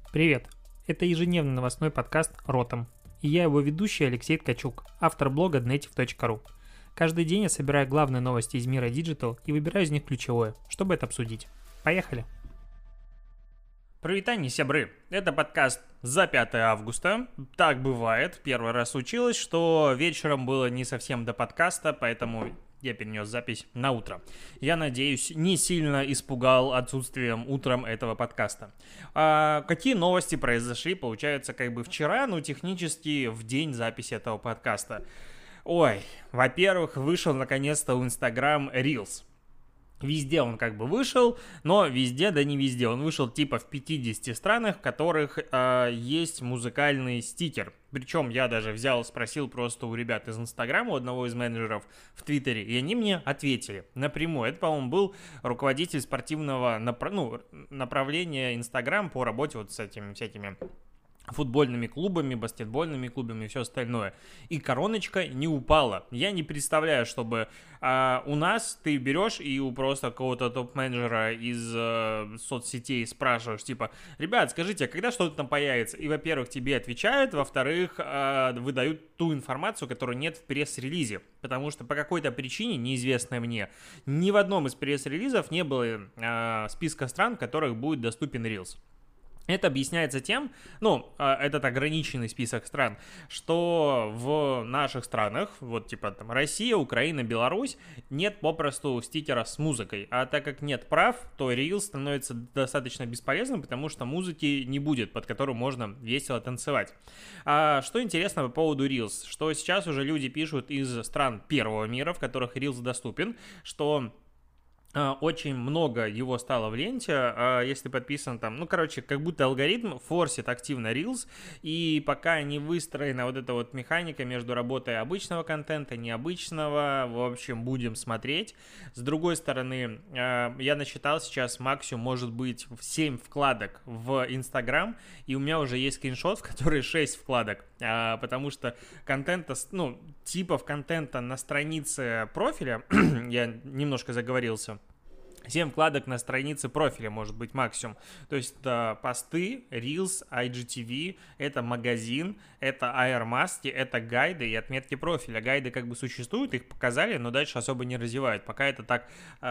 Привет! Это ежедневный новостной подкаст «Ротом». И я его ведущий Алексей Ткачук, автор блога dnetiv.ru. Каждый день я собираю главные новости из мира Digital и выбираю из них ключевое, чтобы это обсудить. Поехали! Привет, сябры! Это подкаст за 5 августа. Так бывает. Первый раз случилось, что вечером было не совсем до подкаста, поэтому я перенес запись на утро. Я надеюсь, не сильно испугал отсутствием утром этого подкаста. Какие новости произошли, получается, вчера, технически в день записи этого подкаста? Ой, во-первых, вышел наконец-то в Instagram Reels. Везде он вышел, но везде, да не везде. Он вышел в 50 странах, в которых есть музыкальный стикер. Причем я даже спросил просто у ребят из Инстаграма, у одного из менеджеров в Твиттере, и они мне ответили напрямую. Это, по-моему, был руководитель спортивного направления Инстаграм по работе с этими всякими футбольными клубами, баскетбольными клубами и все остальное. И короночка не упала. Я не представляю, чтобы у нас ты берешь и у просто какого-то топ-менеджера из соцсетей спрашиваешь, ребят, скажите, а когда что-то там появится? И, во-первых, тебе отвечают, во-вторых, выдают ту информацию, которой нет в пресс-релизе. Потому что по какой-то причине, неизвестной мне, ни в одном из пресс-релизов не было списка стран, в которых будет доступен Reels. Это объясняется тем, этот ограниченный список стран, что в наших странах, Россия, Украина, Беларусь, нет попросту стикера с музыкой. А так как нет прав, то Reels становится достаточно бесполезным, потому что музыки не будет, под которую можно весело танцевать. Что интересно по поводу Reels, что сейчас уже люди пишут из стран первого мира, в которых Reels доступен, что очень много его стало в ленте, если подписан как будто алгоритм форсит активно Reels, и пока не выстроена эта механика между работой обычного контента, необычного, в общем, будем смотреть. С другой стороны, я насчитал сейчас максимум может быть 7 вкладок в Instagram, и у меня уже есть скриншот, в который 6 вкладок, потому что типов контента на странице профиля, я немножко заговорился, 7 вкладок на странице профиля может быть максимум. То есть это посты, Reels, IGTV, это магазин, это Airmask, это гайды и отметки профиля. Гайды существуют, их показали, но дальше особо не развивают. Пока это так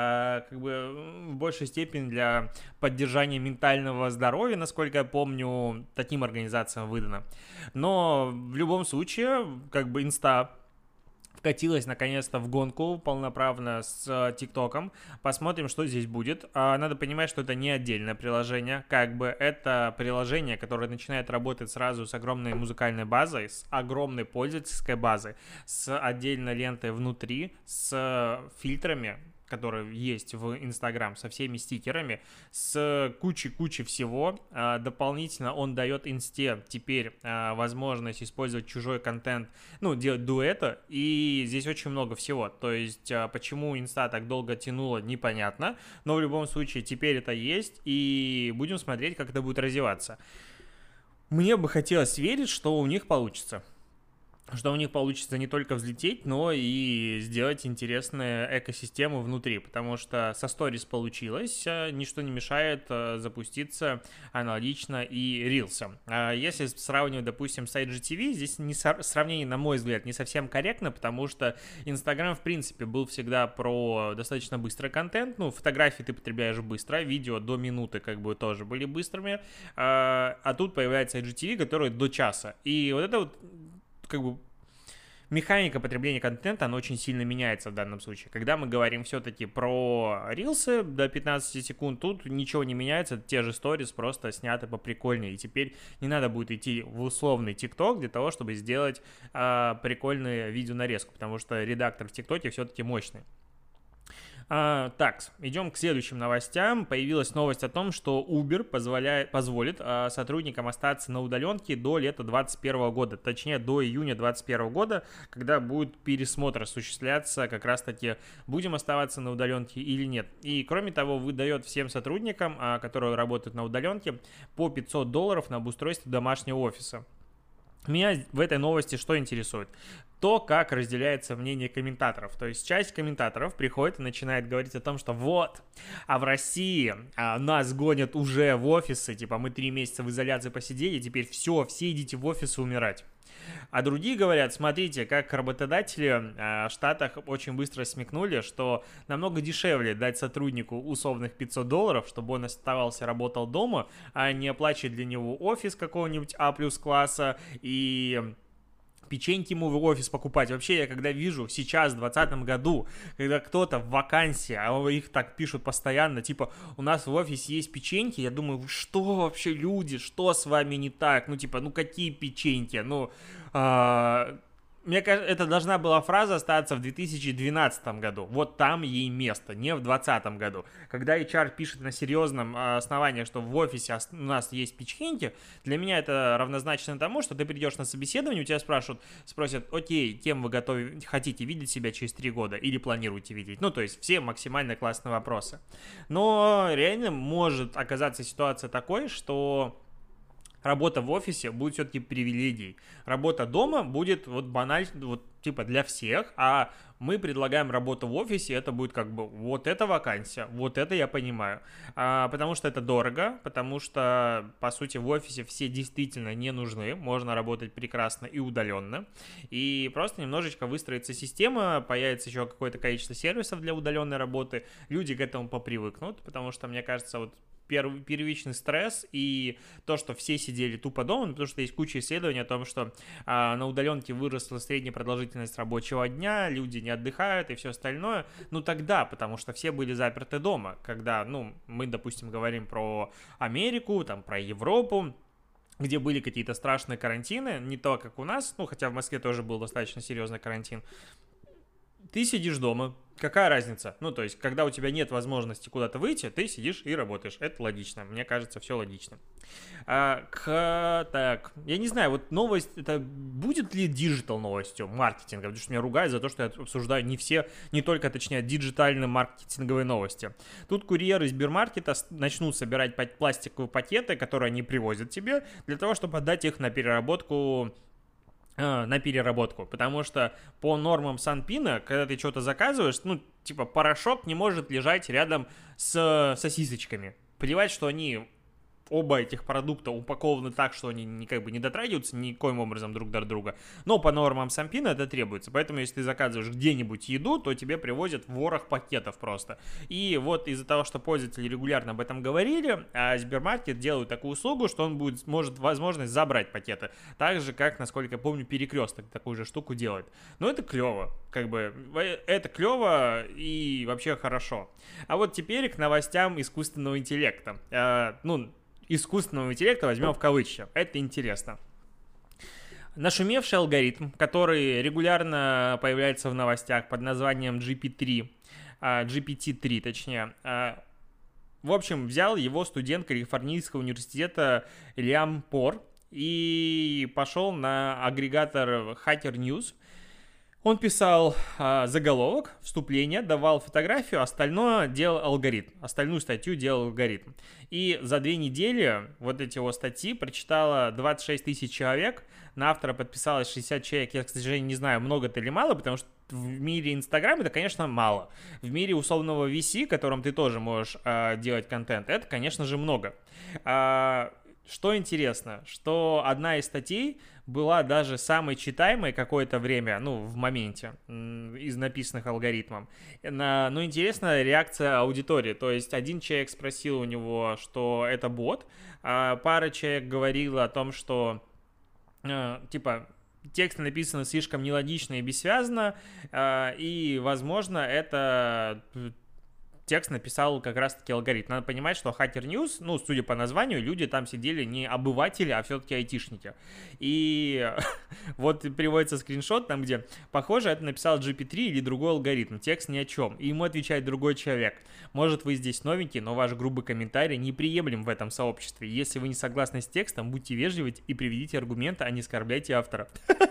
в большей степени для поддержания ментального здоровья, насколько я помню, таким организациям выдано. Но в любом случае, Инста вкатилась наконец-то в гонку полноправно с ТикТоком. Посмотрим, что здесь будет. Надо понимать, что это не отдельное приложение. Это приложение, которое начинает работать сразу с огромной музыкальной базой, с огромной пользовательской базой, с отдельной лентой внутри, с фильтрами, которые есть в Instagram, со всеми стикерами, с кучей всего. Дополнительно он дает Инсте теперь возможность использовать чужой контент, делать дуэта, и здесь очень много всего. То есть, почему Инста так долго тянула, непонятно, но в любом случае теперь это есть, и будем смотреть, как это будет развиваться. Мне бы хотелось верить, что у них получится. Что у них получится не только взлететь, но и сделать интересную экосистему внутри, потому что со Stories получилось, ничто не мешает запуститься аналогично и Reels. Если сравнивать, допустим, с IGTV, здесь сравнение, на мой взгляд, не совсем корректно, потому что Instagram, в принципе, был всегда про достаточно быстрый контент, фотографии ты потребляешь быстро, видео до минуты тоже были быстрыми, а тут появляется IGTV, который до часа, и механика потребления контента, она очень сильно меняется в данном случае. Когда мы говорим все-таки про рилсы до 15 секунд, тут ничего не меняется, те же сторис просто сняты поприкольнее. И теперь не надо будет идти в условный ТикТок для того, чтобы сделать прикольную видеонарезку, потому что редактор в ТикТоке все-таки мощный. Так, идем к следующим новостям. Появилась новость о том, что Uber позволит сотрудникам остаться на удаленке до лета 2021 года, точнее до июня 2021 года, когда будет пересмотр осуществляться, как раз таки будем оставаться на удаленке или нет. И кроме того, выдает всем сотрудникам, которые работают на удаленке, по $500 на обустройство домашнего офиса. Меня в этой новости что интересует? То, как разделяется мнение комментаторов. То есть часть комментаторов приходит и начинает говорить о том, что вот, а в России нас гонят уже в офисы, типа мы 3 месяца в изоляции посидели, теперь все идите в офисы умирать. А другие говорят, смотрите, как работодатели в Штатах очень быстро смекнули, что намного дешевле дать сотруднику условных $500, чтобы он оставался, работал дома, а не оплачивать для него офис какого-нибудь А+ класса и печеньки ему в офис покупать. Вообще, я когда вижу сейчас, в 2020 году, когда кто-то в вакансии, а их так пишут постоянно, типа, у нас в офисе есть печеньки, я думаю, что вообще люди, что с вами не так? Ну, типа, ну какие печеньки? Ну, мне кажется, это должна была фраза остаться в 2012 году. Вот там ей место, не в 2020 году. Когда HR пишет на серьезном основании, что в офисе у нас есть печеньки, для меня это равнозначно тому, что ты придешь на собеседование, у тебя спросят, окей, кем вы хотите видеть себя через 3 года или планируете видеть. Ну, то есть все максимально классные вопросы. Но реально может оказаться ситуация такой, что работа в офисе будет все-таки привилегией. Работа дома будет вот банально, вот типа для всех, а мы предлагаем работу в офисе, это будет как бы вот эта вакансия, вот это я понимаю. Потому что это дорого, потому что, по сути, в офисе все действительно не нужны, можно работать прекрасно и удаленно. И просто немножечко выстроится система, появится еще какое-то количество сервисов для удаленной работы, люди к этому попривыкнут, потому что, мне кажется, вот первичный стресс и то, что все сидели тупо дома, потому что есть куча исследований о том, что на удаленке выросла средняя продолжительность рабочего дня, люди не отдыхают и все остальное. Ну тогда, потому что все были заперты дома, когда, ну, мы, допустим, говорим про Америку, там, про Европу, где были какие-то страшные карантины, не то, как у нас, ну, хотя в Москве тоже был достаточно серьезный карантин. Ты сидишь дома, какая разница? Ну, то есть, когда у тебя нет возможности куда-то выйти, ты сидишь и работаешь. Это логично. Мне кажется, все логично. Так, я не знаю, вот новость, это будет ли диджитал новостью, маркетинга? Потому что меня ругают за то, что я обсуждаю не только, точнее, диджитальные маркетинговые новости. Тут курьеры из Сбермаркета начнут собирать пластиковые пакеты, которые они привозят тебе, для того, чтобы отдать их на переработку, потому что по нормам Санпина, когда ты что-то заказываешь, ну, типа, порошок не может лежать рядом с сосисочками. Плевать, что они оба этих продукта упакованы так, что они как бы не дотрагиваются никоим образом друг до друга. Но по нормам Санпина это требуется. Поэтому, если ты заказываешь где-нибудь еду, то тебе привозят ворох пакетов просто. И вот из-за того, что пользователи регулярно об этом говорили, Сбермаркет делает такую услугу, что он может возможность забрать пакеты. Так же, как, насколько я помню, Перекресток такую же штуку делает. Но это клево. Как бы, это клево и вообще хорошо. А вот теперь к новостям искусственного интеллекта. Искусственного интеллекта возьмем в кавычки. Это интересно. Нашумевший алгоритм, который регулярно появляется в новостях под названием GPT-3, точнее, в общем, взял его студент Калифорнийского университета Лиам Пор и пошел на агрегатор Hacker News. Он писал заголовок, вступление, давал фотографию, остальное делал алгоритм. Остальную статью делал алгоритм. И за 2 недели вот эти вот статьи прочитало 26 тысяч человек. На автора подписалось 60 человек. Я, к сожалению, не знаю, много это или мало, потому что в мире Инстаграма это, конечно, мало. В мире условного VC, в котором ты тоже можешь делать контент, это, конечно же, много. Что интересно, что одна из статей была даже самой читаемой какое-то время, ну, в моменте, из написанных алгоритмом. Но интересна реакция аудитории. То есть один человек спросил у него, что это бот, а пара человек говорила о том, что, типа, текст написан слишком нелогично и бессвязно, и, возможно, это... Текст написал как раз-таки алгоритм. Надо понимать, что Hacker News, ну, судя по названию, люди там сидели не обыватели, а все-таки айтишники. И вот приводится скриншот там, где, похоже, это написал GPT-3 или другой алгоритм. Текст ни о чем. И ему отвечает другой человек. Может, вы здесь новенький, но ваш грубый комментарий неприемлем в этом сообществе. Если вы не согласны с текстом, будьте вежливы и приведите аргументы, а не оскорбляйте автора.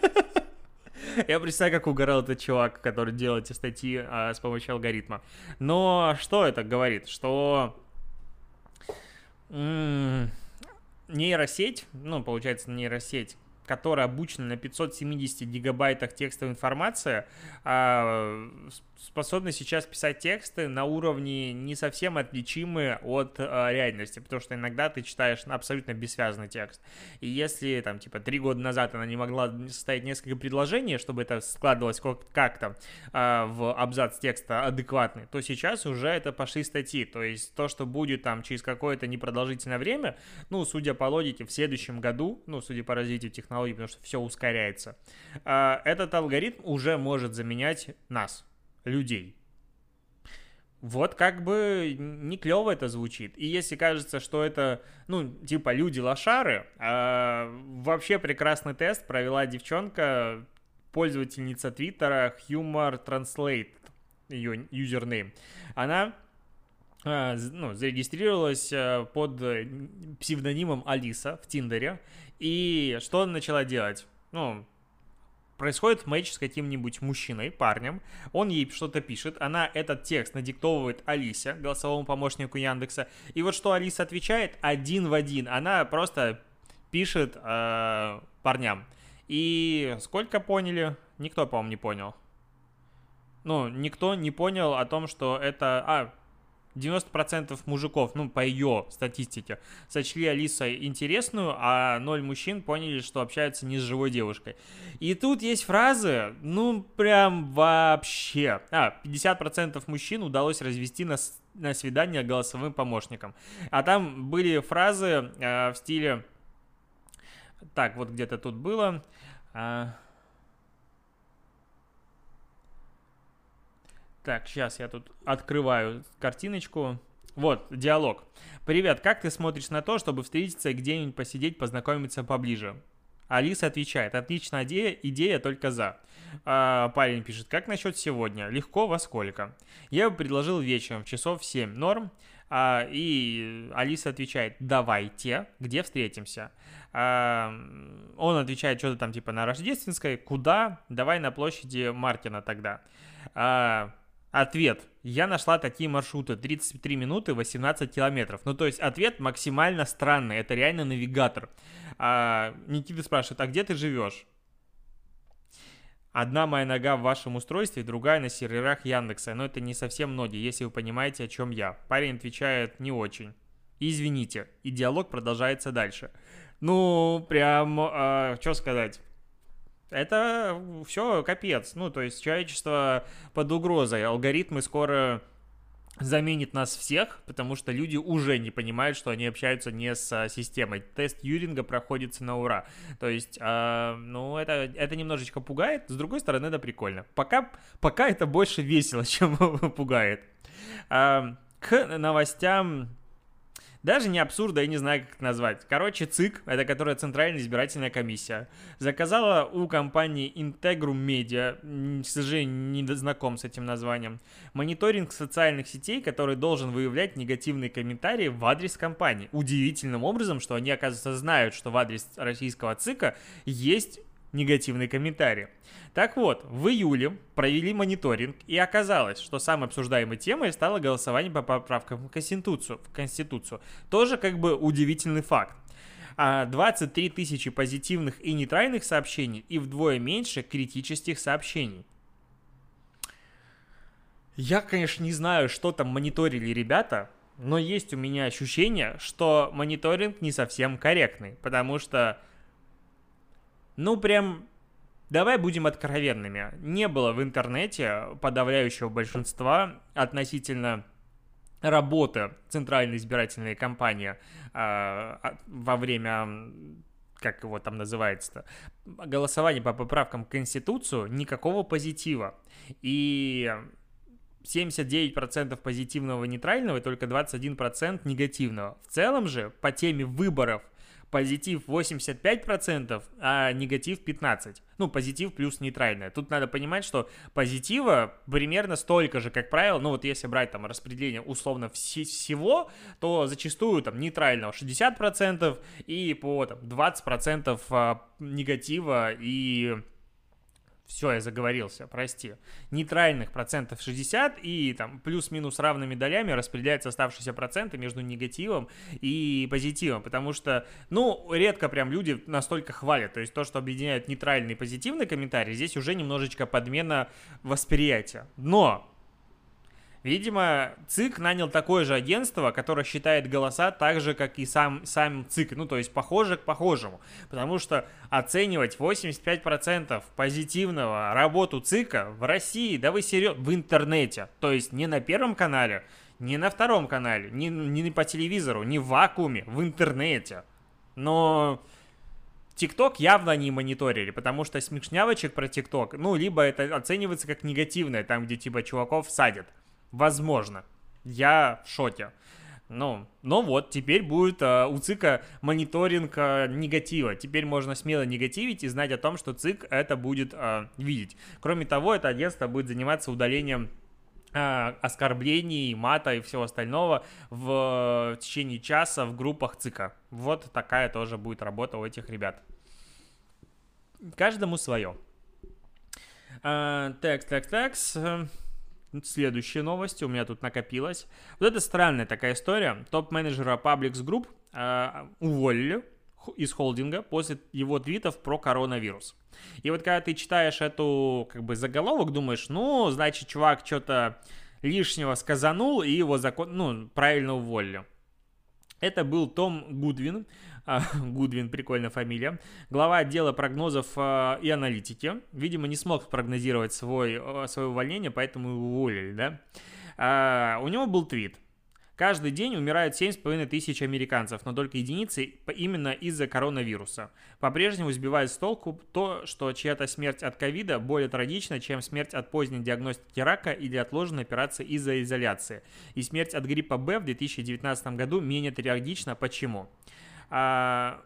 Я представляю, как угорал этот чувак, который делает эти статьи с помощью алгоритма. Но что это говорит? Что нейросеть, ну, получается, нейросеть, которая обучена на 570 гигабайтах текстовой информации, способна сейчас писать тексты на уровне не совсем отличимые от реальности, потому что иногда ты читаешь абсолютно бессвязный текст. И если, там, типа, 3 года назад она не могла составить несколько предложений, чтобы это складывалось как-то в абзац текста адекватный, то сейчас уже это пошли статьи. То есть то, что будет там через какое-то непродолжительное время, ну, судя по логике, в следующем году, ну, судя по развитию технологий, потому что все ускоряется, этот алгоритм уже может заменять нас, людей. Вот как бы не клево это звучит. И если кажется, что это, ну, типа люди-лошары, вообще прекрасный тест провела девчонка, пользовательница Твиттера Humor Translate, ее юзернейм. Она зарегистрировалась под псевдонимом Алиса в Тиндере. И что она начала делать? Ну, происходит матч с каким-нибудь мужчиной, парнем, он ей что-то пишет, она этот текст надиктовывает Алисе, голосовому помощнику Яндекса, и вот что Алиса отвечает, один в один, она просто пишет парням. И сколько поняли? Никто, по-моему, не понял. Ну, никто не понял о том, что это... 90% мужиков, ну, по ее статистике, сочли Алису интересную, а 0 мужчин поняли, что общаются не с живой девушкой. И тут есть фразы, ну, прям вообще. 50% мужчин удалось развести на свидание голосовым помощником. А там были фразы в стиле... Так, вот где-то тут было... Так, сейчас я тут открываю картиночку. Вот, диалог. «Привет, как ты смотришь на то, чтобы встретиться и где-нибудь посидеть, познакомиться поближе?» Алиса отвечает: «Отличная идея, только за». Парень пишет: «Как насчет сегодня? Легко, во сколько?» Я бы предложил вечером, часов в 7. Норм? И Алиса отвечает: «Давайте, где встретимся?» Он отвечает что-то там типа на Рождественской. «Куда? Давай на площади Маркина тогда». Ответ: «Я нашла такие маршруты, 33 минуты, 18 километров». Ну, то есть ответ максимально странный, это реально навигатор. Никита спрашивает: «А где ты живешь?» «Одна моя нога в вашем устройстве, другая на серверах Яндекса, но это не совсем ноги, если вы понимаете, о чем я». Парень отвечает: «Не очень». «Извините». И диалог продолжается дальше. Ну, прям, что сказать... Это все капец. Ну, то есть человечество под угрозой. Алгоритмы скоро заменят нас всех, потому что люди уже не понимают, что они общаются не с системой. Тест Юринга проходится на ура. То есть, это немножечко пугает. С другой стороны, это прикольно. Пока это больше весело, чем пугает. К новостям... Даже не абсурда, я не знаю, как это назвать. Короче, ЦИК, это которая Центральная избирательная комиссия, заказала у компании Integrum Media, к сожалению, не знаком с этим названием, мониторинг социальных сетей, который должен выявлять негативные комментарии в адрес компании. Удивительным образом, что они, оказывается, знают, что в адрес российского ЦИКа есть негативные комментарии. Так вот, в июле провели мониторинг, и оказалось, что самой обсуждаемой темой стало голосование по поправкам в Конституцию. Тоже как бы удивительный факт. 23 тысячи позитивных и нейтральных сообщений и вдвое меньше критических сообщений. Я, конечно, не знаю, что там мониторили ребята, но есть у меня ощущение, что мониторинг не совсем корректный, потому что прям, давай будем откровенными. Не было в интернете подавляющего большинства относительно работы Центральной избирательной кампании во время, как его там называется-то, голосования по поправкам к Конституцию, никакого позитива. И 79% позитивного нейтрального и только 21% негативного. В целом же по теме выборов позитив 85%, а негатив 15%. Ну, позитив плюс нейтральное. Тут надо понимать, что позитива примерно столько же, как правило. Ну, вот если брать там распределение условно всего, то зачастую там нейтрального 60% и по там, 20% негатива и Все, я заговорился, прости. Нейтральных процентов 60, и там плюс-минус равными долями распределяются оставшиеся проценты между негативом и позитивом, потому что, ну, редко прям люди настолько хвалят, то есть то, что объединяет нейтральный и позитивный комментарий, здесь уже немножечко подмена восприятия. Но видимо, ЦИК нанял такое же агентство, которое считает голоса так же, как и сам ЦИК, ну, то есть похоже к похожему, потому что оценивать 85% позитивного работу ЦИКа в России, да вы серьезно, в интернете, то есть не на Первом канале, не на Втором канале, не по телевизору, не в вакууме, в интернете. Но ТикТок явно они мониторили, потому что смешнявочек про ТикТок, ну, либо это оценивается как негативное, там, где типа чуваков садят. Возможно. Я в шоке. Ну, но вот, теперь будет у ЦИКа мониторинг негатива. Теперь можно смело негативить и знать о том, что ЦИК это будет видеть. Кроме того, это агентство будет заниматься удалением оскорблений, мата и всего остального в течение часа в группах ЦИКа. Вот такая тоже будет работа у этих ребят. Каждому свое. Такс. Следующие новости у меня тут накопилось. Вот это странная такая история. Топ-менеджера Publix Group уволили из холдинга после его твитов про коронавирус. И вот когда ты читаешь эту как бы заголовок, думаешь, ну, значит, чувак что-то лишнего сказанул, и его правильно уволили. Это был Том Гудвин. Гудвин, прикольная фамилия. Глава отдела прогнозов и аналитики. Видимо, не смог спрогнозировать свое увольнение, поэтому его уволили, да? У него был твит. Каждый день умирают 7,5 тысяч американцев, но только единицы именно из-за коронавируса. По-прежнему сбивает с толку то, что чья-то смерть от ковида более трагична, чем смерть от поздней диагностики рака или отложенной операции из-за изоляции. И смерть от гриппа Б в 2019 году менее трагична. Почему? Он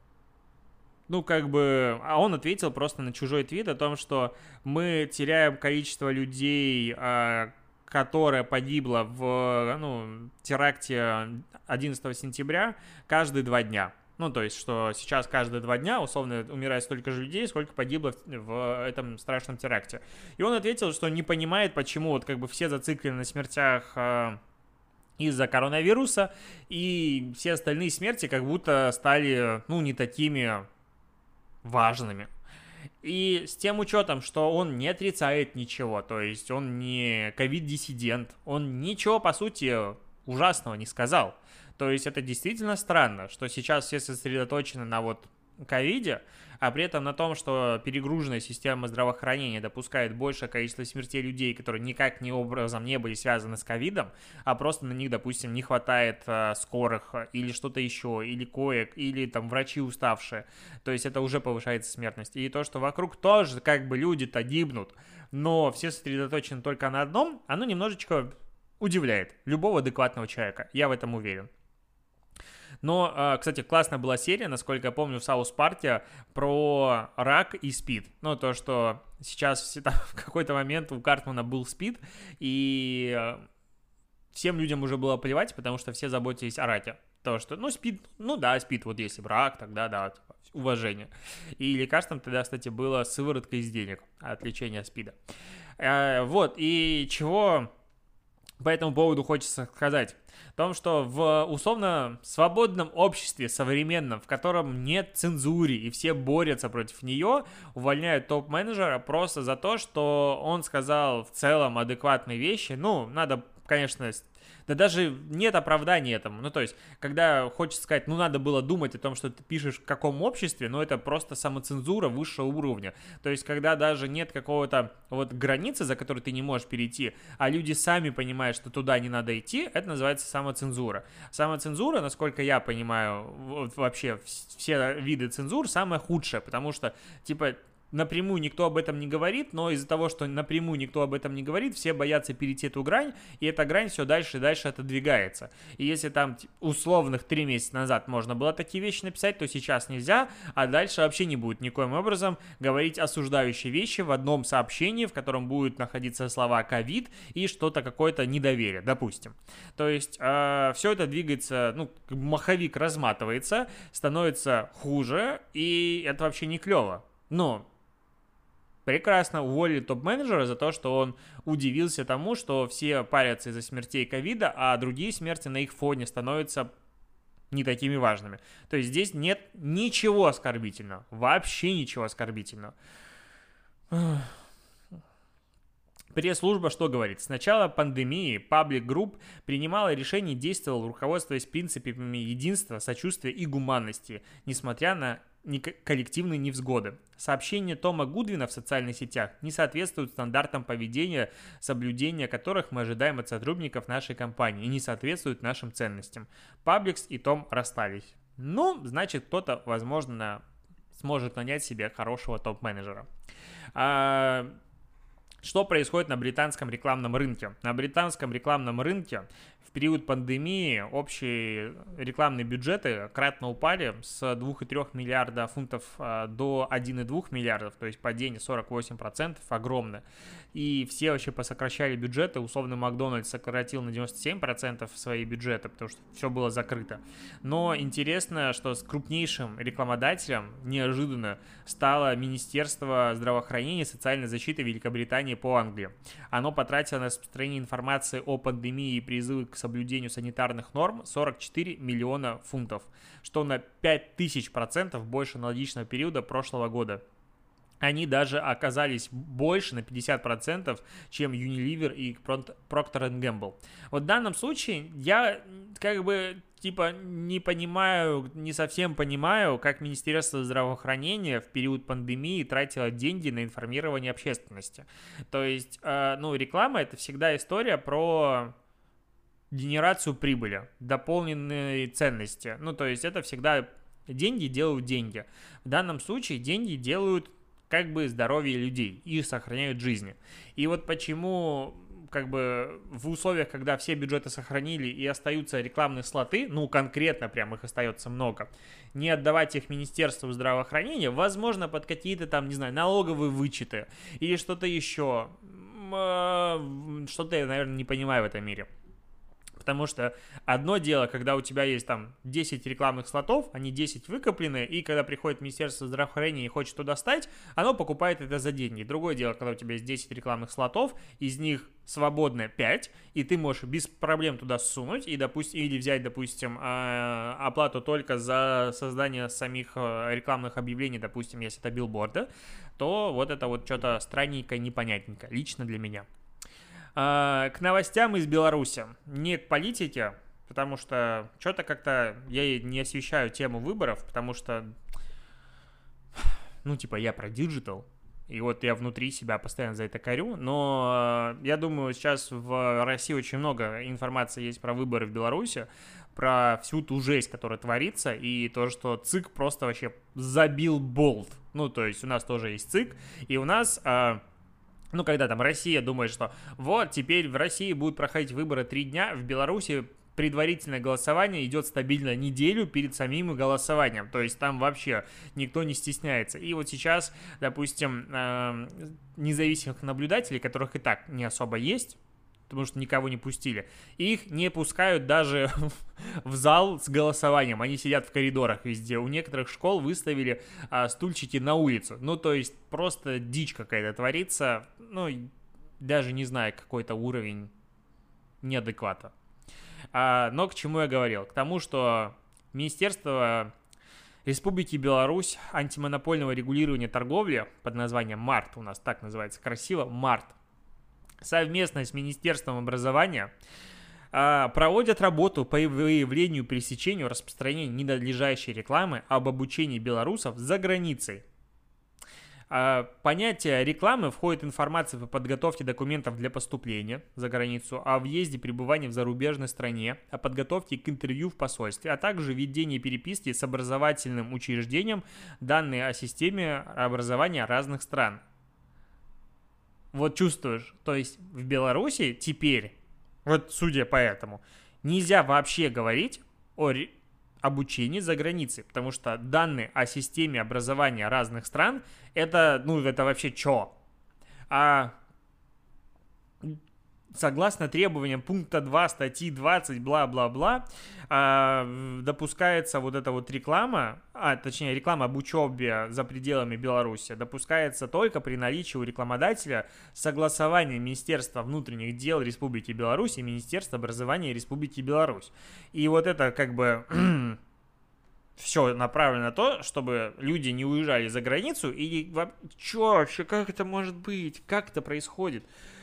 ответил просто на чужой твит о том, что мы теряем количество людей, которое погибло в теракте 11 сентября каждые 2 дня. Ну, то есть, что сейчас каждые 2 дня, условно, умирает столько же людей, сколько погибло в этом страшном теракте. И он ответил, что не понимает, почему вот как бы все зациклены на смертях из-за коронавируса, и все остальные смерти как будто стали, не такими важными. И с тем учетом, что он не отрицает ничего, то есть он не ковид-диссидент, он ничего, по сути, ужасного не сказал. То есть это действительно странно, что сейчас все сосредоточены на ковиде, а при этом на том, что перегруженная система здравоохранения допускает большее количество смертей людей, которые никак образом не были связаны с ковидом, а просто на них, допустим, не хватает скорых или что-то еще, или коек, или там врачи уставшие. То есть это уже повышает смертность. И то, что вокруг тоже как бы люди-то гибнут, но все сосредоточены только на одном, оно немножечко удивляет любого адекватного человека. Я в этом уверен. Но, кстати, классная была серия, насколько я помню, в Саус Парке про рак и СПИД. То, что сейчас в какой-то момент у Картмана был СПИД, и всем людям уже было плевать, потому что все заботились о раке. То, что, СПИД, СПИД, вот если рак, тогда да, уважение. И лекарством тогда, кстати, было сыворотка из денег от лечения СПИДа. И чего по этому поводу хочется сказать? В том, что в условно свободном обществе современном, в котором нет цензуры и все борются против нее, увольняют топ-менеджера просто за то, что он сказал в целом адекватные вещи. Надо, конечно, да даже нет оправдания этому. То есть, когда хочется сказать, надо было думать о том, что ты пишешь в каком обществе, это просто самоцензура высшего уровня. То есть, когда даже нет какого-то границы, за которую ты не можешь перейти, а люди сами понимают, что туда не надо идти, это называется самоцензура. Самоцензура, насколько я понимаю, вообще все виды цензур, самая худшая, потому что, напрямую никто об этом не говорит, но из-за того, что напрямую никто об этом не говорит, все боятся перейти эту грань, и эта грань все дальше и дальше отодвигается. И если там условных 3 месяца назад можно было такие вещи написать, то сейчас нельзя, а дальше вообще не будет никоим образом говорить осуждающие вещи в одном сообщении, в котором будут находиться слова «ковид» и что-то какое-то недоверие, допустим. То есть все это двигается, маховик разматывается, становится хуже, и это вообще не клево. Но прекрасно, уволили топ-менеджера за то, что он удивился тому, что все парятся из-за смертей ковида, а другие смерти на их фоне становятся не такими важными. То есть здесь нет ничего оскорбительного, вообще ничего оскорбительного. Пресс-служба что говорит? С начала пандемии Public Group принимала решения и действовала, руководствуясь принципами единства, сочувствия и гуманности, несмотря на коллективные невзгоды. Сообщения Тома Гудвина в социальных сетях не соответствуют стандартам поведения, соблюдения которых мы ожидаем от сотрудников нашей компании, и не соответствуют нашим ценностям. Пабликс и Том расстались. Ну, значит, кто-то, возможно, сможет нанять себе хорошего топ-менеджера. Что происходит на британском рекламном рынке? На британском рекламном рынке в период пандемии общие рекламные бюджеты кратно упали с 2,3 миллиарда фунтов до 1,2 миллиардов, то есть падение 48%, огромное. И все вообще посокращали бюджеты, условно Макдональдс сократил на 97% свои бюджеты, потому что все было закрыто. Но интересно, что с крупнейшим рекламодателем неожиданно стало Министерство здравоохранения и социальной защиты Великобритании по Англии. Оно потратило на распространение информации о пандемии и призывы к соблюдению санитарных норм 44 миллиона фунтов, что на 5000% больше аналогичного периода прошлого года. Они даже оказались больше на 50%, чем Unilever и Procter & Gamble. Вот в данном случае я не понимаю, не совсем понимаю, как Министерство здравоохранения в период пандемии тратило деньги на информирование общественности. То есть, реклама — это всегда история про генерацию прибыли, дополненные ценности. То есть это всегда деньги делают деньги. В данном случае деньги делают здоровье людей и сохраняют жизни. И вот почему в условиях, когда все бюджеты сохранили и остаются рекламные слоты, конкретно прям их остается много, не отдавать их Министерству здравоохранения, возможно, под какие-то налоговые вычеты или что-то еще. Что-то я, наверное, не понимаю в этом мире. Потому что одно дело, когда у тебя есть 10 рекламных слотов, они 10 выкоплены, и когда приходит Министерство здравоохранения и хочет туда стать, оно покупает это за деньги. Другое дело, когда у тебя есть 10 рекламных слотов, из них свободно 5, и ты можешь без проблем туда сунуть и, или взять, допустим, оплату только за создание самих рекламных объявлений, допустим, если это билборды, то вот это вот что-то странненько, непонятненько, лично для меня. К новостям из Беларуси, не к политике, потому что что-то как-то я не освещаю тему выборов, потому что, я про диджитал, и вот я внутри себя постоянно за это корю, но я думаю, сейчас в России очень много информации есть про выборы в Беларуси, про всю ту жесть, которая творится, и то, что ЦИК просто вообще забил болт. То есть у нас тоже есть ЦИК, и у нас... когда Россия думает, что вот теперь в России будут проходить выборы 3 дня, в Беларуси предварительное голосование идет стабильно неделю перед самим голосованием, то есть там вообще никто не стесняется. И вот сейчас, допустим, независимых наблюдателей, которых и так не особо есть, потому что никого не пустили, их не пускают даже в зал с голосованием, они сидят в коридорах везде. У некоторых школ выставили стульчики на улицу, то есть просто дичь какая-то творится, даже не знаю, какой-то уровень неадеквата. Но к чему я говорил? К тому, что Министерство Республики Беларусь антимонопольного регулирования торговли под названием МАРТ, у нас так называется красиво, МАРТ, совместно с Министерством образования проводят работу по выявлению, пресечению, распространению ненадлежащей рекламы об обучении белорусов за границей. Понятие рекламы входит информация по подготовке документов для поступления за границу, о въезде и пребывании в зарубежной стране, о подготовке к интервью в посольстве, а также ведении переписки с образовательным учреждением, данные о системе образования разных стран. Вот чувствуешь, то есть в Беларуси теперь, вот судя по этому, нельзя вообще говорить о обучении за границей, потому что данные о системе образования разных стран, это вообще чё? согласно требованиям пункта 2 статьи 20, бла-бла-бла, допускается вот эта вот реклама, точнее реклама об учебе за пределами Беларуси, допускается только при наличии у рекламодателя согласования Министерства внутренних дел Республики Беларусь и Министерства образования Республики Беларусь. И вот это как бы все направлено на то, чтобы люди не уезжали за границу. И что вообще, как это может быть, как это происходит?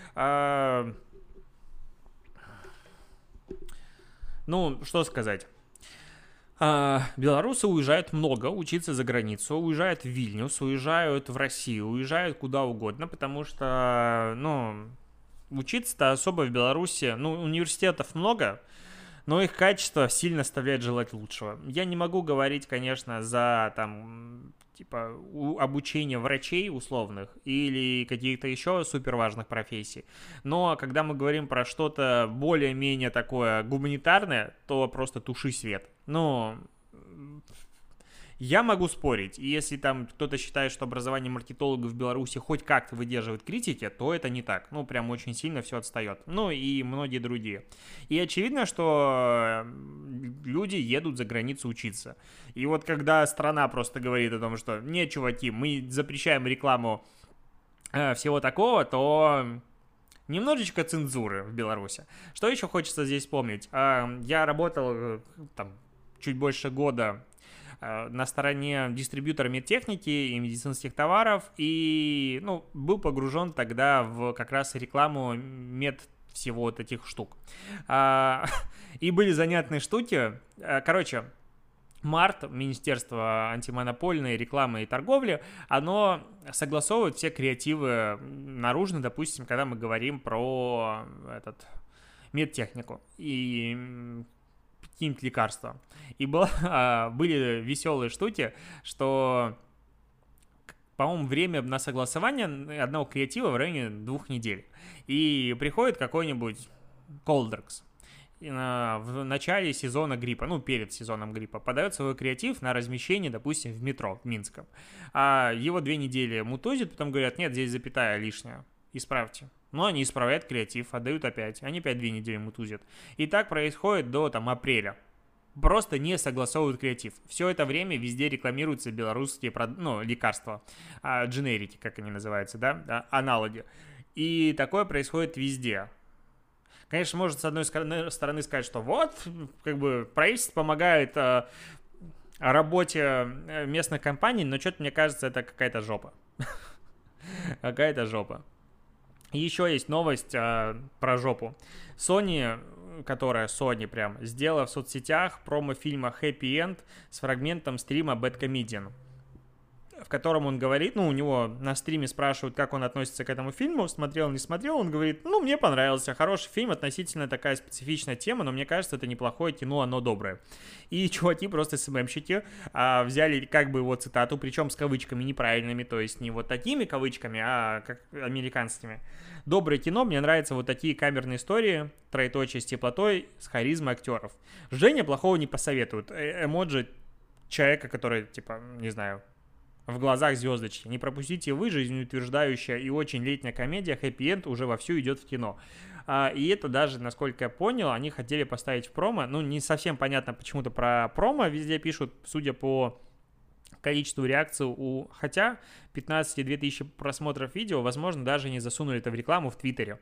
Ну, что сказать. Белорусы уезжают много учиться за границу, уезжают в Вильнюс, уезжают в Россию, уезжают куда угодно, потому что, ну, учиться-то особо в Беларуси, ну, университетов много, но их качество сильно оставляет желать лучшего. Я не могу говорить, конечно, за, там, типа, обучение врачей условных или каких-то еще суперважных профессий. Но когда мы говорим про что-то более-менее такое гуманитарное, то просто туши свет. Ну, я могу спорить, и если там кто-то считает, что образование маркетологов в Беларуси хоть как-то выдерживает критики, то это не так. Ну, прям очень сильно все отстает. Ну, и многие другие. И очевидно, что люди едут за границу учиться. И вот когда страна просто говорит о том, что нет, чуваки, мы запрещаем рекламу всего такого, то немножечко цензуры в Беларуси. Что еще хочется здесь вспомнить? Я работал там чуть больше года на стороне дистрибьютора медтехники и медицинских товаров, и, ну, был погружен тогда в как раз рекламу всего вот этих штук. И были занятные штуки. Короче, МАРТ, Министерство антимонопольной рекламы и торговли, оно согласовывает все креативы наружно, допустим, когда мы говорим про медтехнику и какие-нибудь лекарства. И были веселые штуки, что, по-моему, время на согласование одного креатива в районе 2 недель. И приходит какой-нибудь Колдрекс в начале сезона гриппа, ну, перед сезоном гриппа, подает свой креатив на размещение, допустим, в метро в Минском. А его 2 недели мутузят, потом говорят, нет, здесь запятая лишняя, исправьте. Но они исправляют креатив, отдают опять. Они опять 2 недели мутузят. И так происходит до апреля. Просто не согласовывают креатив. Все это время везде рекламируются белорусские лекарства. Дженерики, как они называются, да? Аналоги. И такое происходит везде. Конечно, можно с одной стороны сказать, что вот, как бы правительство помогает работе местных компаний, но что-то, мне кажется, это какая-то жопа. Какая-то жопа. Еще есть новость про жопу. Sony, которая Sony прям, сделала в соцсетях промо-фильма Happy End с фрагментом стрима Bad Comedian, в котором он говорит, у него на стриме спрашивают, как он относится к этому фильму, смотрел, не смотрел, он говорит, мне понравился, хороший фильм, относительно такая специфичная тема, но мне кажется, это неплохое кино, оно доброе. И чуваки, просто СММщики, взяли как бы его цитату, причем с кавычками неправильными, то есть не вот такими кавычками, а как американскими. Доброе кино, мне нравятся вот такие камерные истории, троеточие с теплотой, с харизмой актеров. Женя плохого не посоветует. Эмоджи человека, который, типа, не знаю, в глазах звездочки. Не пропустите вы, жизнеутверждающая и очень летняя комедия Happy End уже вовсю идет в кино. И это даже, насколько я понял, они хотели поставить в промо. Не совсем понятно почему-то про промо везде пишут, судя по количеству реакций. Хотя 15,2 тысячи просмотров видео, возможно, даже не засунули это в рекламу в Твиттере.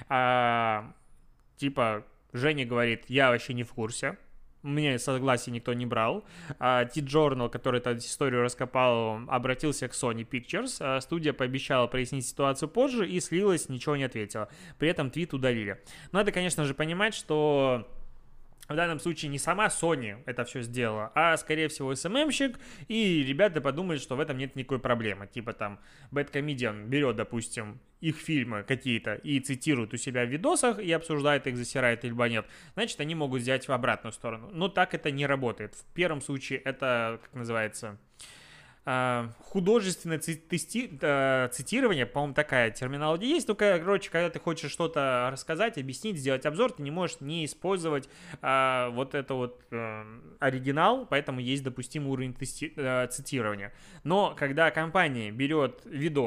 Типа, Женя говорит, я вообще не в курсе. Мне согласия никто не брал. T-Journal, который эту историю раскопал, обратился к Sony Pictures. Студия пообещала прояснить ситуацию позже и слилась, ничего не ответила. При этом твит удалили. Надо, конечно же, понимать, что в данном случае не сама Sony это все сделала, а, скорее всего, СММщик, и ребята подумали, что в этом нет никакой проблемы. Типа там Bad Comedian берет, допустим, их фильмы какие-то и цитирует у себя в видосах и обсуждает их, засирает либо нет, значит, они могут взять в обратную сторону. Но так это не работает. В первом случае это, как называется, художественное цитирование, по-моему, такая терминология есть, только, короче, когда ты хочешь что-то рассказать, объяснить, сделать обзор, ты не можешь не использовать вот это вот оригинал, поэтому есть допустимый уровень цитирования. Но когда компания берет видос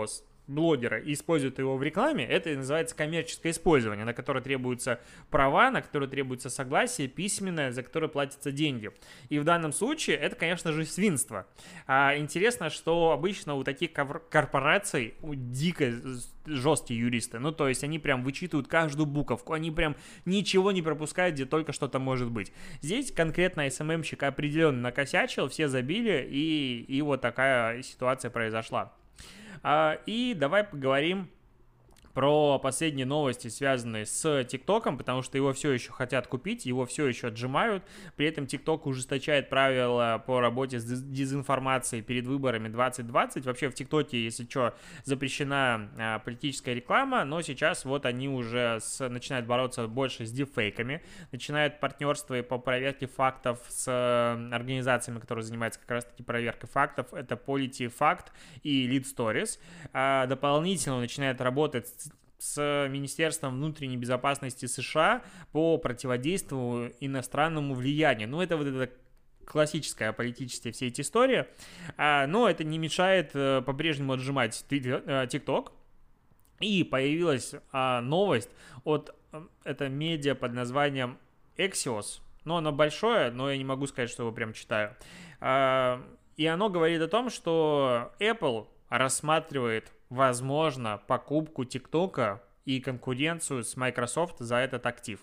блогера и используют его в рекламе, это называется коммерческое использование, на которое требуются права, на которое требуется согласие письменное, за которое платятся деньги. И в данном случае это, конечно же, свинство. Интересно, что обычно у таких корпораций дико жесткие юристы. Ну, то есть они прям вычитывают каждую буковку, они прям ничего не пропускают, где только что-то может быть. Здесь конкретно СММщик определенно накосячил, все забили, и вот такая ситуация произошла. И давай поговорим про последние новости, связанные с ТикТоком, потому что его все еще хотят купить, его все еще отжимают. При этом ТикТок ужесточает правила по работе с дезинформацией перед выборами 2020. Вообще в ТикТоке, если что, запрещена политическая реклама, но сейчас вот они уже начинают бороться больше с дипфейками, начинают партнерство по проверке фактов с организациями, которые занимаются как раз-таки проверкой фактов. Это PolitiFact и Lead Stories. Дополнительно начинают работать с Министерством внутренней безопасности США по противодействию иностранному влиянию. Ну, это вот это классическая политическая вся эта история, но это не мешает по-прежнему отжимать TikTok. И появилась новость от это медиа под названием Axios. Но оно большое, но я не могу сказать, что его прям читаю. И оно говорит о том, что Apple рассматривает, возможно, покупку ТикТока и конкуренцию с Microsoft за этот актив.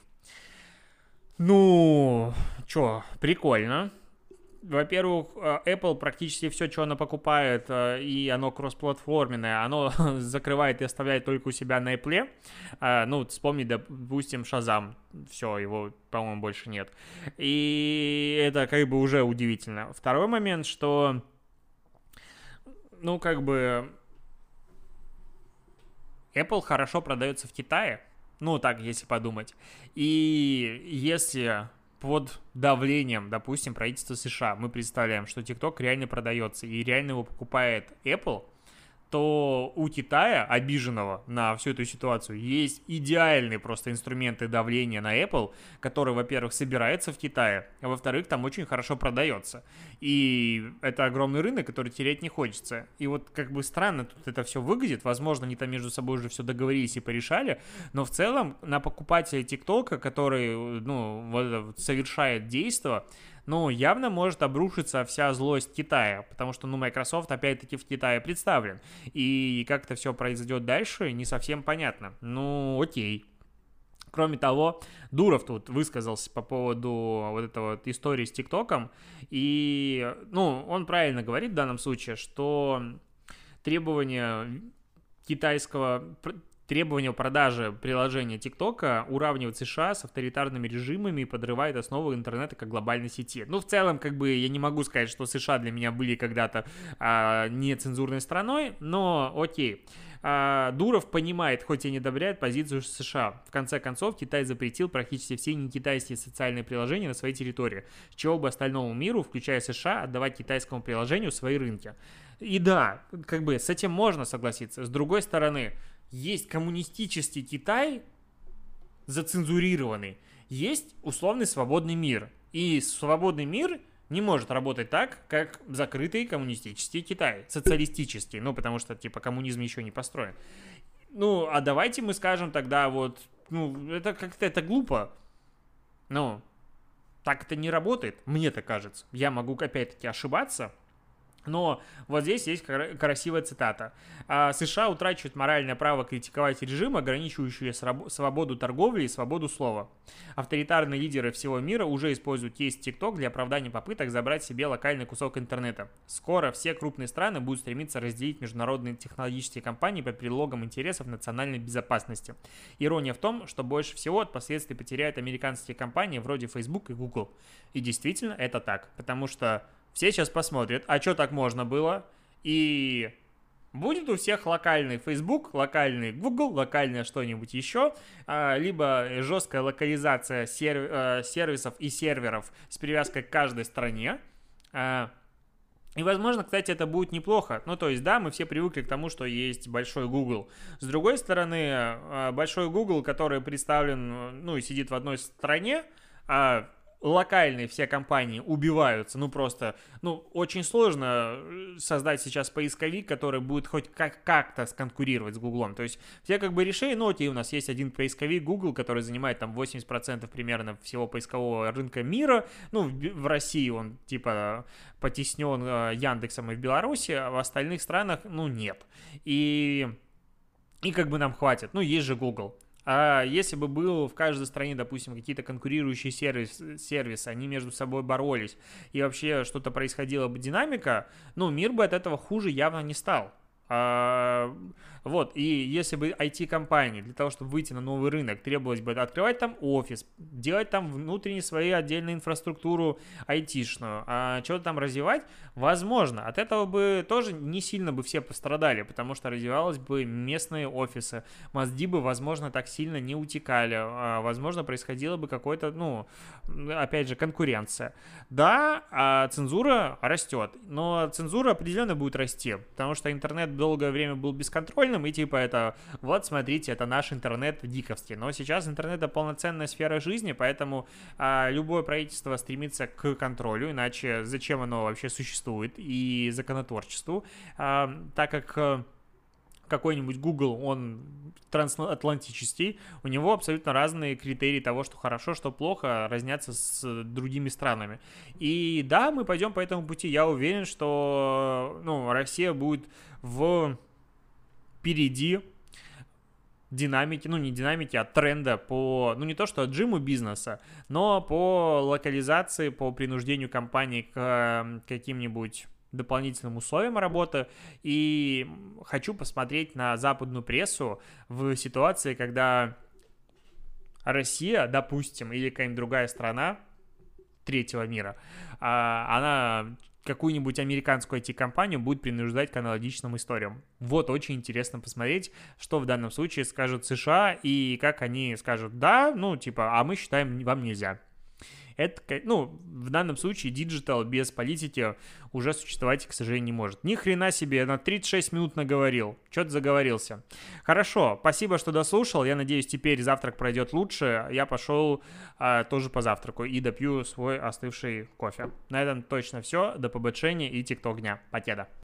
Ну, чё, прикольно. Во-первых, Apple практически все, что она покупает, и оно кроссплатформенное, оно закрывает и оставляет только у себя на Apple. Ну, вспомни, допустим, Shazam. Все, его, по-моему, больше нет. И это как бы уже удивительно. Второй момент, что, ну, как бы, Apple хорошо продается в Китае. Ну, так, если подумать. И если под давлением, допустим, правительства США мы представляем, что TikTok реально продается и реально его покупает Apple, то у Китая, обиженного на всю эту ситуацию, есть идеальные просто инструменты давления на Apple, который, во-первых, собирается в Китае, а во-вторых, там очень хорошо продается. И это огромный рынок, который терять не хочется. И вот как бы странно тут это все выглядит. Возможно, они там между собой уже все договорились и порешали, но в целом на покупателя ТикТока, который, ну, вот, совершает действо, ну, явно может обрушиться вся злость Китая, потому что, ну, Microsoft опять-таки в Китае представлен. И как это все произойдет дальше, не совсем понятно. Ну, окей. Кроме того, Дуров тут высказался по поводу вот этой вот истории с ТикТоком. И, ну, он правильно говорит в данном случае, что требования продажи приложения ТикТока уравнивает США с авторитарными режимами и подрывает основы интернета как глобальной сети. Ну, в целом, как бы, я не могу сказать, что США для меня были когда-то нецензурной страной, но окей. Дуров понимает, хоть и не одобряет позицию США. В конце концов, Китай запретил практически все некитайские социальные приложения на своей территории, с чего бы остальному миру, включая США, отдавать китайскому приложению свои рынки. И да, как бы с этим можно согласиться. С другой стороны, есть коммунистический Китай, зацензурированный, есть условный свободный мир. И свободный мир не может работать так, как закрытый коммунистический Китай, социалистический, ну, потому что, типа, коммунизм еще не построен. Ну, а давайте мы скажем тогда вот, ну, это как-то это глупо. Ну, так это не работает, мне так кажется. Я могу, опять-таки, ошибаться. Но вот здесь есть красивая цитата. США утрачивают моральное право критиковать режим, ограничивающий свободу торговли и свободу слова. Авторитарные лидеры всего мира уже используют кейс TikTok для оправдания попыток забрать себе локальный кусок интернета. Скоро все крупные страны будут стремиться разделить международные технологические компании под предлогом интересов национальной безопасности. Ирония в том, что больше всего от последствий потеряют американские компании вроде Facebook и Google. И действительно это так, потому что все сейчас посмотрят, а что так можно было, и будет у всех локальный Facebook, локальный Google, локальное что-нибудь еще, либо жесткая локализация сервисов и серверов с привязкой к каждой стране. И, возможно, кстати, это будет неплохо. Ну, то есть, да, мы все привыкли к тому, что есть большой Google. С другой стороны, большой Google, который представлен, ну, и сидит в одной стране, локальные все компании убиваются, ну просто, ну очень сложно создать сейчас поисковик, который будет хоть как-то сконкурировать с Гуглом. То есть все как бы решили, ну окей, у нас есть один поисковик Google, который занимает там 80% примерно всего поискового рынка мира. Ну в России он типа потеснен Яндексом и в Беларуси, а в остальных странах, ну нет. И как бы нам хватит, ну есть же Google. А если бы был в каждой стране, допустим, какие-то конкурирующие сервисы, они между собой боролись, и вообще что-то происходило бы динамика, ну, мир бы от этого хуже явно не стал. Вот, и если бы IT-компании для того, чтобы выйти на новый рынок, требовалось бы открывать там офис, делать там внутреннюю свою отдельную инфраструктуру айтишную, что-то там развивать, возможно, от этого бы тоже не сильно бы все пострадали, потому что развивалось бы местные офисы, мозги бы, возможно, так сильно не утекали, возможно, происходило бы какой-то, ну, опять же, конкуренция. Да, цензура растет, но цензура определенно будет расти, потому что интернет долгое время был бесконтрольным, и типа это, вот смотрите, это наш интернет диковский. Но сейчас интернет — это полноценная сфера жизни, поэтому любое правительство стремится к контролю, иначе зачем оно вообще существует, и законотворчеству, так как какой-нибудь Google, он трансатлантический, у него абсолютно разные критерии того, что хорошо, что плохо, разнятся с другими странами. И да, мы пойдем по этому пути. Я уверен, что Россия будет впереди динамики, ну не динамики, а тренда по, ну не то что отжиму бизнеса, но по локализации, по принуждению компаний к каким-нибудь дополнительным условиям работы. И хочу посмотреть на западную прессу в ситуации, когда Россия, допустим, или какая-нибудь другая страна третьего мира, она какую-нибудь американскую IT-компанию будет принуждать к аналогичным историям. Вот очень интересно посмотреть, что в данном случае скажут США и как они скажут «да», ну типа «а мы считаем, вам нельзя». Это, в данном случае диджитал без политики уже существовать, к сожалению, не может. Ни хрена себе, на 36 минут наговорил. Что-то заговорился. Хорошо, спасибо, что дослушал. Я надеюсь, теперь завтрак пройдет лучше. Я пошел тоже позавтракаю и допью свой остывший кофе. На этом точно все. До побочения и тикток дня. Покеда.